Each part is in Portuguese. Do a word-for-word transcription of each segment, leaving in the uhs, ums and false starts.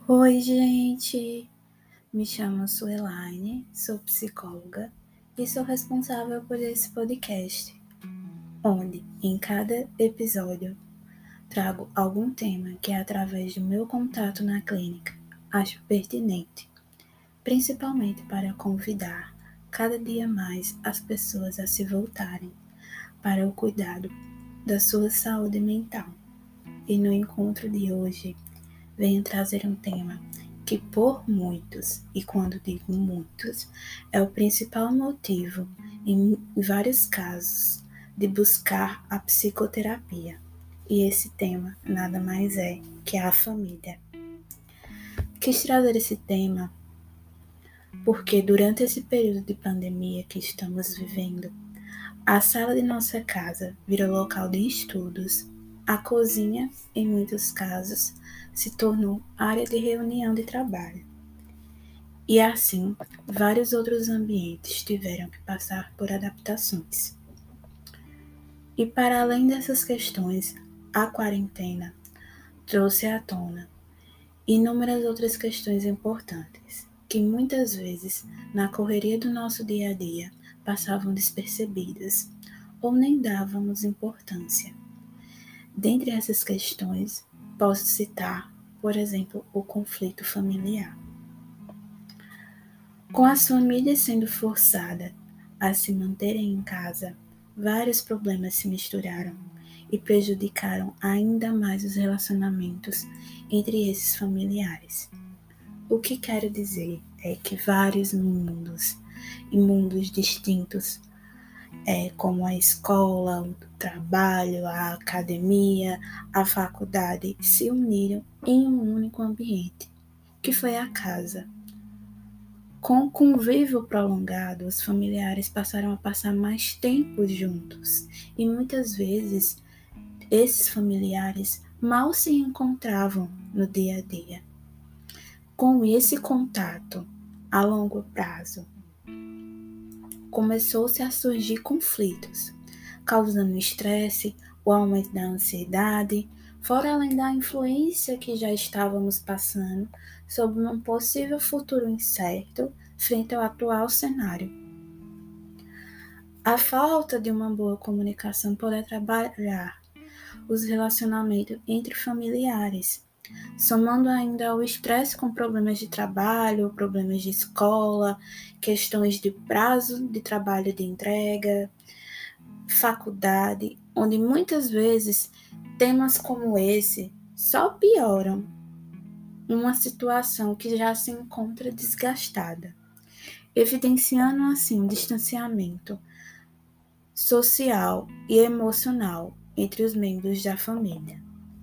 Oi, gente! Me chamo Suelaine, sou psicóloga e sou responsável por esse podcast, onde, em cada episódio, trago algum tema que, através do meu contato na clínica, acho pertinente, principalmente para convidar cada dia mais as pessoas a se voltarem para o cuidado da sua saúde mental. E no encontro de hoje, venho trazer um tema que por muitos, e quando digo muitos, é o principal motivo, em vários casos, de buscar a psicoterapia. E esse tema nada mais é que a família. Quis trazer esse tema porque durante esse período de pandemia que estamos vivendo, a sala de nossa casa virou local de estudos, a cozinha, em muitos casos, se tornou área de reunião de trabalho. E assim, vários outros ambientes tiveram que passar por adaptações. E para além dessas questões, a quarentena trouxe à tona inúmeras outras questões importantes, que muitas vezes, na correria do nosso dia a dia, passavam despercebidas ou nem dávamos importância. Dentre essas questões, posso citar, por exemplo, o conflito familiar. Com as famílias sendo forçadas a se manterem em casa, vários problemas se misturaram e prejudicaram ainda mais os relacionamentos entre esses familiares. O que quero dizer é que vários mundos, e mundos distintos, é, como a escola, o trabalho, a academia, a faculdade, se uniram em um único ambiente, que foi a casa. Com o convívio prolongado, os familiares passaram a passar mais tempo juntos e muitas vezes esses familiares mal se encontravam no dia a dia. Com esse contato a longo prazo, começou-se a surgir conflitos, causando estresse, o aumento da ansiedade, fora além da influência que já estávamos passando sobre um possível futuro incerto frente ao atual cenário. A falta de uma boa comunicação pode atrapalhar os relacionamentos entre familiares, somando ainda ao estresse com problemas de trabalho, problemas de escola, questões de prazo de trabalho de entrega, faculdade, onde muitas vezes temas como esse só pioram uma situação que já se encontra desgastada, evidenciando assim um distanciamento social e emocional entre os membros da família.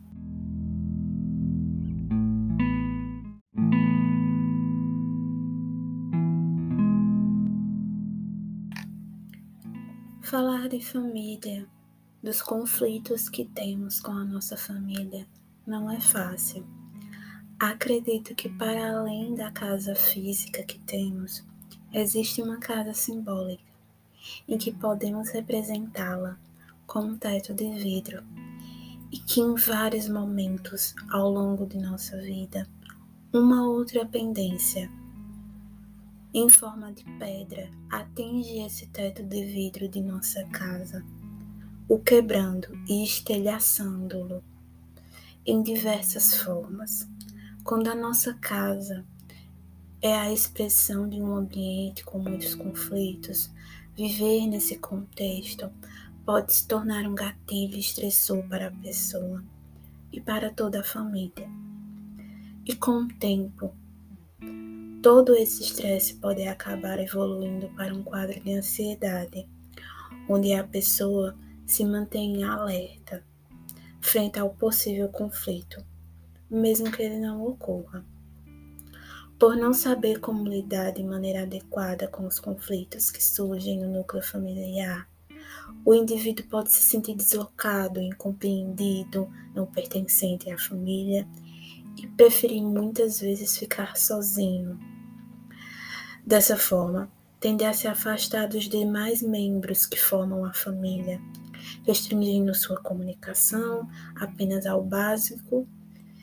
Falar de família, dos conflitos que temos com a nossa família, não é fácil. Acredito que para além da casa física que temos, existe uma casa simbólica, em que podemos representá-la com um teto de vidro, e que em vários momentos ao longo de nossa vida, uma outra pendência, em forma de pedra, atinge esse teto de vidro de nossa casa, o quebrando e estilhaçando-lo em diversas formas. Quando a nossa casa é a expressão de um ambiente com muitos conflitos, viver nesse contexto pode se tornar um gatilho estressor para a pessoa e para toda a família. E com o tempo, todo esse estresse pode acabar evoluindo para um quadro de ansiedade, onde a pessoa se mantém alerta frente ao possível conflito, mesmo que ele não ocorra. Por não saber como lidar de maneira adequada com os conflitos que surgem no núcleo familiar, o indivíduo pode se sentir deslocado, incompreendido, não pertencente à família e preferir muitas vezes ficar sozinho. Dessa forma, tende a se afastar dos demais membros que formam a família, restringindo sua comunicação apenas ao básico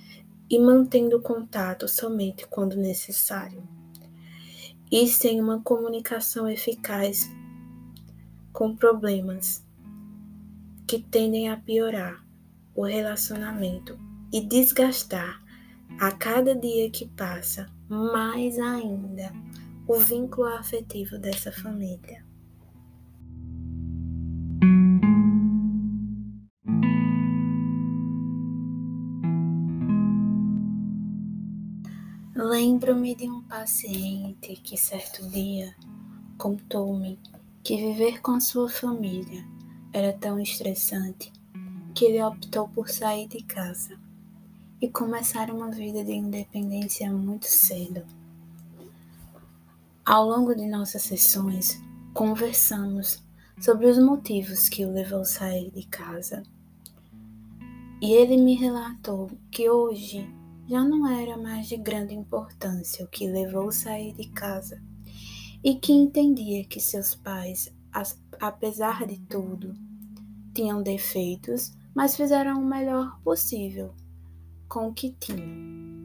e mantendo contato somente quando necessário, e sem uma comunicação eficaz com problemas que tendem a piorar o relacionamento e desgastar a cada dia que passa mais ainda o vínculo afetivo dessa família. Lembro-me de um paciente que certo dia contou-me que viver com sua família era tão estressante que ele optou por sair de casa e começar uma vida de independência muito cedo. Ao longo de nossas sessões, conversamos sobre os motivos que o levou a sair de casa. E ele me relatou que hoje já não era mais de grande importância o que levou a sair de casa e que entendia que seus pais, apesar de tudo, tinham defeitos, mas fizeram o melhor possível com o que tinham.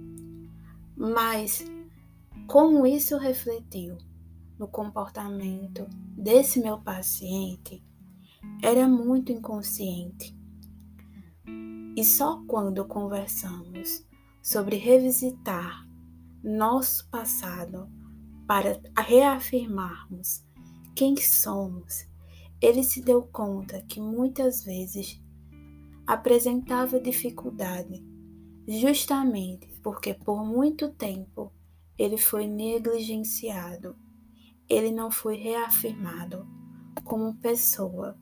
Mas como isso refletiu no comportamento desse meu paciente, era muito inconsciente. E só quando conversamos sobre revisitar nosso passado para reafirmarmos quem somos, ele se deu conta que muitas vezes apresentava dificuldade, justamente porque por muito tempo ele foi negligenciado, ele não foi reafirmado como pessoa.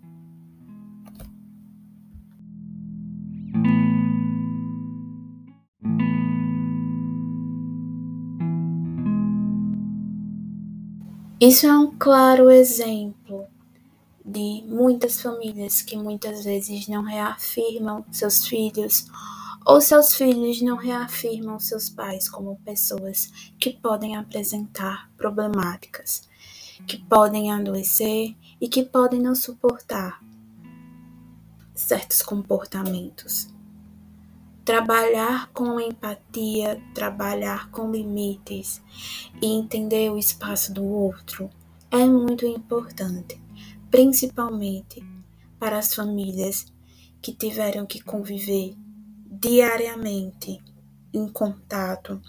Isso é um claro exemplo de muitas famílias que muitas vezes não reafirmam seus filhos, ou seus filhos não reafirmam seus pais como pessoas que podem apresentar problemáticas, que podem adoecer e que podem não suportar certos comportamentos. Trabalhar com empatia, trabalhar com limites e entender o espaço do outro é muito importante, principalmente para as famílias que tiveram que conviver diariamente em contato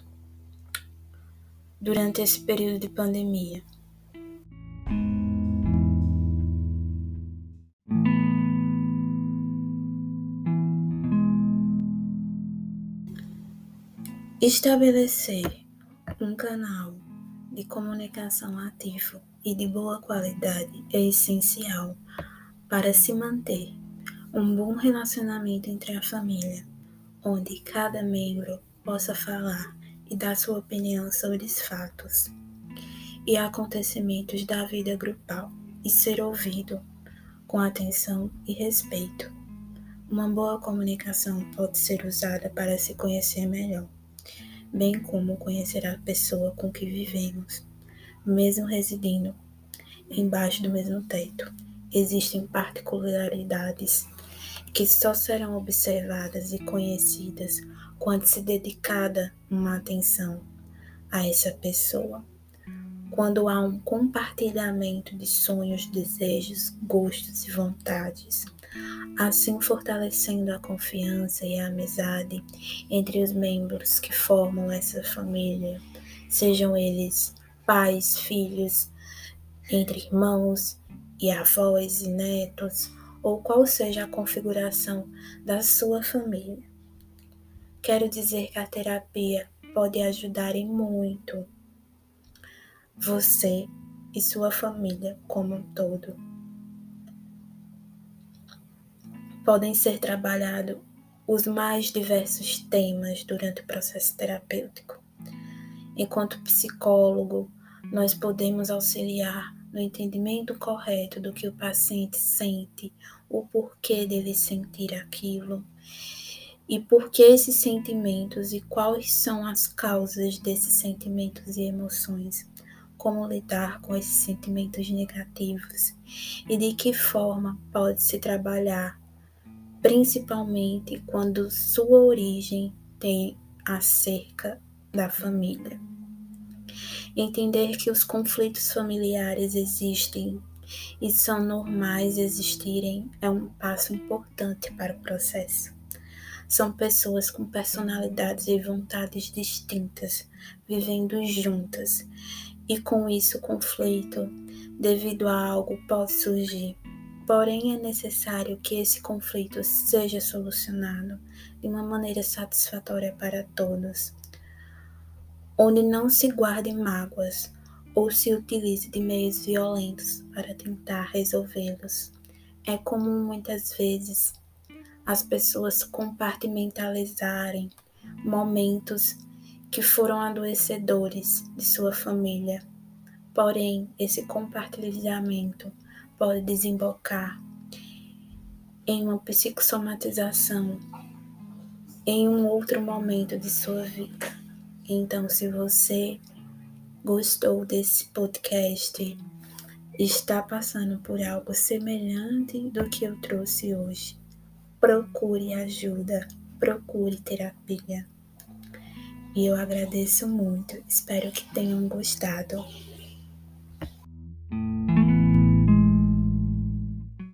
durante esse período de pandemia. Estabelecer um canal de comunicação ativo e de boa qualidade é essencial para se manter um bom relacionamento entre a família, onde cada membro possa falar e dar sua opinião sobre os fatos e acontecimentos da vida grupal e ser ouvido com atenção e respeito. Uma boa comunicação pode ser usada para se conhecer melhor, bem como conhecer a pessoa com que vivemos, mesmo residindo embaixo do mesmo teto. Existem particularidades que só serão observadas e conhecidas quando se dedicada uma atenção a essa pessoa. Quando há um compartilhamento de sonhos, desejos, gostos e vontades, assim fortalecendo a confiança e a amizade entre os membros que formam essa família, sejam eles pais, filhos, entre irmãos e avós e netos, ou qual seja a configuração da sua família. Quero dizer que a terapia pode ajudar em muito você e sua família como um todo. Podem ser trabalhados os mais diversos temas durante o processo terapêutico. Enquanto psicólogo, nós podemos auxiliar no entendimento correto do que o paciente sente, o porquê dele sentir aquilo, e por que esses sentimentos e quais são as causas desses sentimentos e emoções, como lidar com esses sentimentos negativos e de que forma pode-se trabalhar, principalmente quando sua origem tem acerca da família. Entender que os conflitos familiares existem e são normais existirem é um passo importante para o processo. São pessoas com personalidades e vontades distintas, vivendo juntas, e com isso o conflito, devido a algo, pode surgir. Porém, é necessário que esse conflito seja solucionado de uma maneira satisfatória para todos, onde não se guardem mágoas ou se utilize de meios violentos para tentar resolvê-los. É comum muitas vezes as pessoas compartimentalizarem momentos que foram adoecedores de sua família. Porém, esse compartilhamento pode desembocar em uma psicossomatização em um outro momento de sua vida. Então, se você gostou desse podcast, está passando por algo semelhante do que eu trouxe hoje, procure ajuda, procure terapia. E eu agradeço muito, espero que tenham gostado.